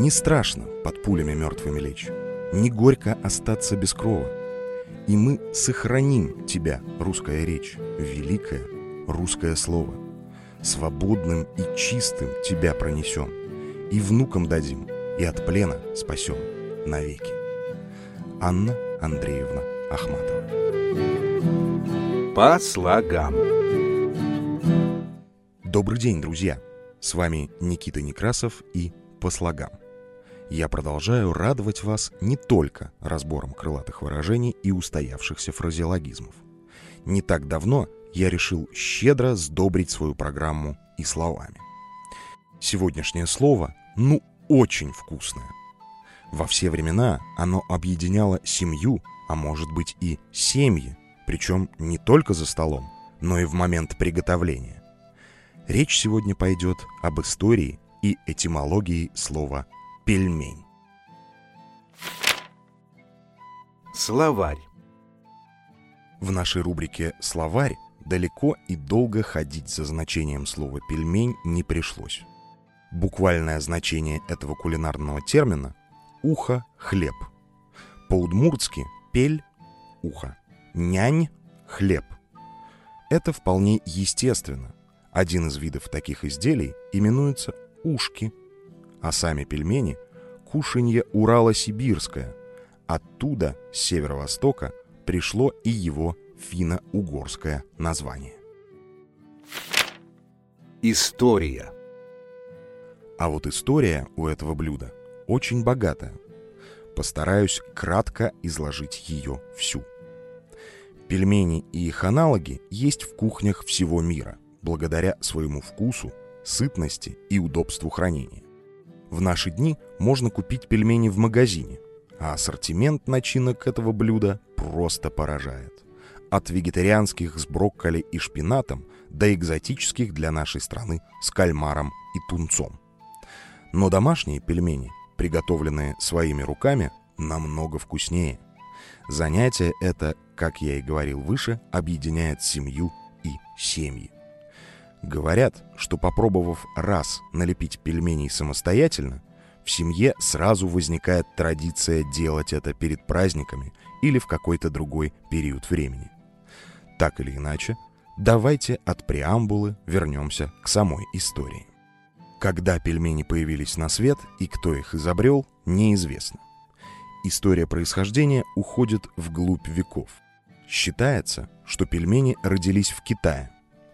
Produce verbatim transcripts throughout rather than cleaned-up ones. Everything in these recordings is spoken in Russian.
Не страшно под пулями мертвыми лечь, не горько остаться без крова. И мы сохраним тебя, русская речь, великое русское слово. Свободным и чистым тебя пронесем, и внукам дадим, и от плена спасем навеки. Анна Андреевна Ахматова. По слогам. Добрый день, друзья! С вами Никита Некрасов и «По слогам». Я продолжаю радовать вас не только разбором крылатых выражений и устоявшихся фразеологизмов. Не так давно я решил щедро сдобрить свою программу и словами. Сегодняшнее слово, ну, очень вкусное. Во все времена оно объединяло семью, а может быть и семьи, причем не только за столом, но и в момент приготовления. Речь сегодня пойдет об истории и этимологии слова «пельмень». Словарь. В нашей рубрике «Словарь» далеко и долго ходить за значением слова «пельмень» не пришлось. Буквальное значение этого кулинарного термина – ухо, хлеб. По-удмуртски пель – ухо, нянь – хлеб. Это вполне естественно. Один из видов таких изделий именуется ушки, а сами пельмени – кушанье Урало-Сибирское. Оттуда, с северо-востока, пришло и его финно-угорское название. История. А вот история у этого блюда очень богатая. Постараюсь кратко изложить ее всю. Пельмени и их аналоги есть в кухнях всего мира, благодаря своему вкусу, сытности и удобству хранения. В наши дни можно купить пельмени в магазине, а ассортимент начинок этого блюда просто поражает. От вегетарианских с брокколи и шпинатом до экзотических для нашей страны с кальмаром и тунцом. Но домашние пельмени, приготовленные своими руками, намного вкуснее. Занятие это, как я и говорил выше, объединяет семью и семьи. Говорят, что попробовав раз налепить пельменей самостоятельно, в семье сразу возникает традиция делать это перед праздниками или в какой-то другой период времени. Так или иначе, давайте от преамбулы вернемся к самой истории. Когда пельмени появились на свет и кто их изобрел, неизвестно. История происхождения уходит вглубь веков. Считается, что пельмени родились в Китае.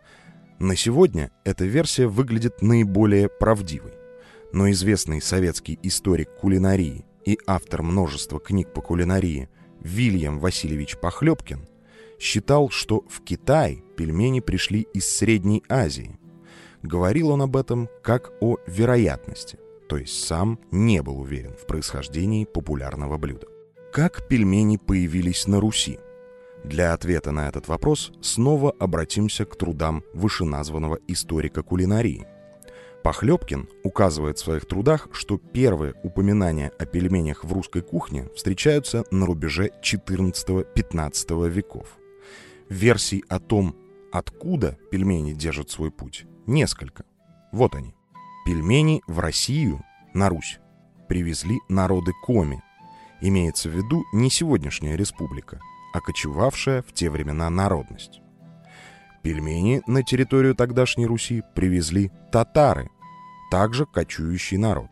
На сегодня эта версия выглядит наиболее правдивой, но известный советский историк кулинарии и автор множества книг по кулинарии Вильям Васильевич Похлебкин считал, что в Китай пельмени пришли из Средней Азии. Говорил он об этом как о вероятности, то есть сам не был уверен в происхождении популярного блюда. Как пельмени появились на Руси? Для ответа на этот вопрос снова обратимся к трудам вышеназванного историка кулинарии. Похлебкин указывает в своих трудах, что первые упоминания о пельменях в русской кухне встречаются на рубеже четырнадцатого-пятнадцатого веков. Версий о том, откуда пельмени держат свой путь, несколько. Вот они. Пельмени в Россию, на Русь, привезли народы Коми. Имеется в виду не сегодняшняя республика, а кочевавшая в те времена народность. Пельмени на территорию тогдашней Руси привезли татары, также кочующий народ.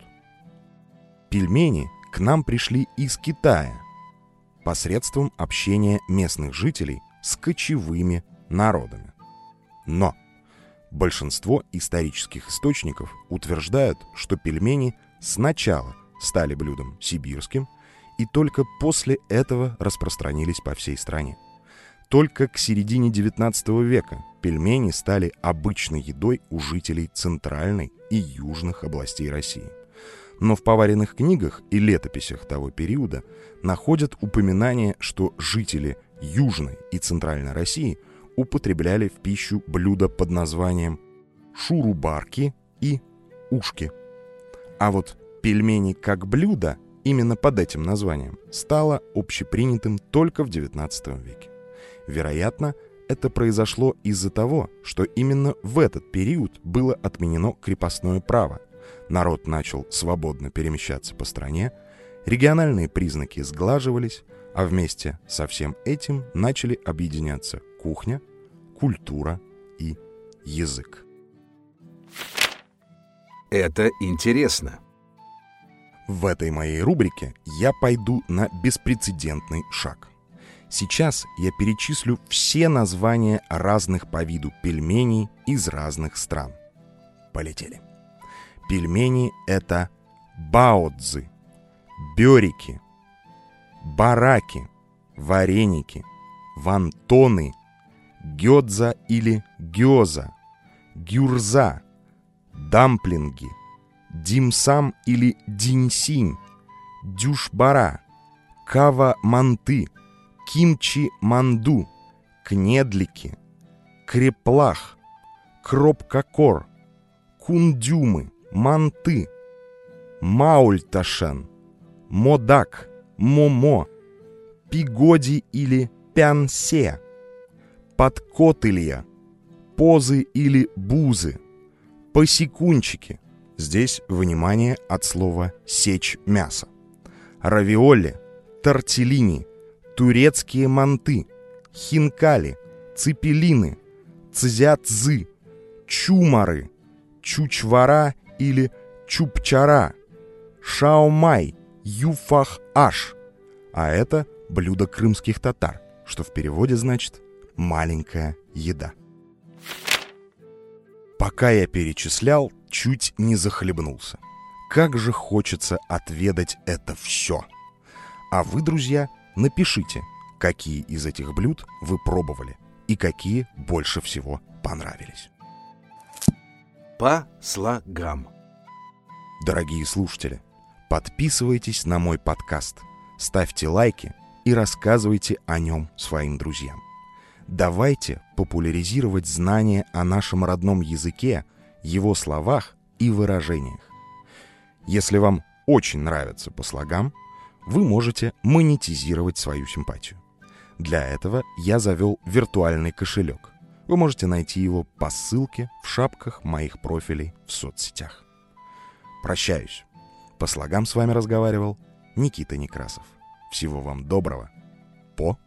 Пельмени к нам пришли из Китая посредством общения местных жителей с кочевыми народами. Но большинство исторических источников утверждают, что пельмени сначала стали блюдом сибирским и только после этого распространились по всей стране. Только к середине девятнадцатого века пельмени стали обычной едой у жителей центральной и южных областей России. Но в поваренных книгах и летописях того периода находят упоминание, что жители Южной и Центральной России употребляли в пищу блюда под названием шурубарки и ушки. А вот пельмени как блюдо именно под этим названием стало общепринятым только в девятнадцатом веке. Вероятно, это произошло из-за того, что именно в этот период было отменено крепостное право, народ начал свободно перемещаться по стране, региональные признаки сглаживались, а вместе со всем этим начали объединяться кухня, культура и язык. Это интересно. В этой моей рубрике я пойду на беспрецедентный шаг. Сейчас я перечислю все названия разных по виду пельменей из разных стран. Полетели. Пельмени — это баоцзы, бёрики, бараки, вареники, вантоны, гёдза или гёза, гюрза, дамплинги, димсам или диньсинь, дюшбара, кава-манты, кимчи-манду, кнедлики, креплах, кропкакор, кундюмы, манты, маульташен, модак, момо, пигоди или пянсе, подкотылья, позы или бузы, посекунчики. Здесь внимание от слова «сечь мясо». Равиоли, тортеллини, турецкие манты, хинкали, цепелины, цзяцзы, чумары, чучвара или чупчара, шаомай, юфах-аш. А это блюдо крымских татар, что в переводе значит «маленькая еда». Пока я перечислял, чуть не захлебнулся. Как же хочется отведать это все. А вы, друзья, напишите, какие из этих блюд вы пробовали и какие больше всего понравились. По слогам. Дорогие слушатели, подписывайтесь на мой подкаст, ставьте лайки и рассказывайте о нем своим друзьям. Давайте популяризировать знания о нашем родном языке, его словах и выражениях. Если вам очень нравится по слогам, вы можете монетизировать свою симпатию. Для этого я завел виртуальный кошелек. Вы можете найти его по ссылке в шапках моих профилей в соцсетях. Прощаюсь. По слогам с вами разговаривал Никита Некрасов. Всего вам доброго. По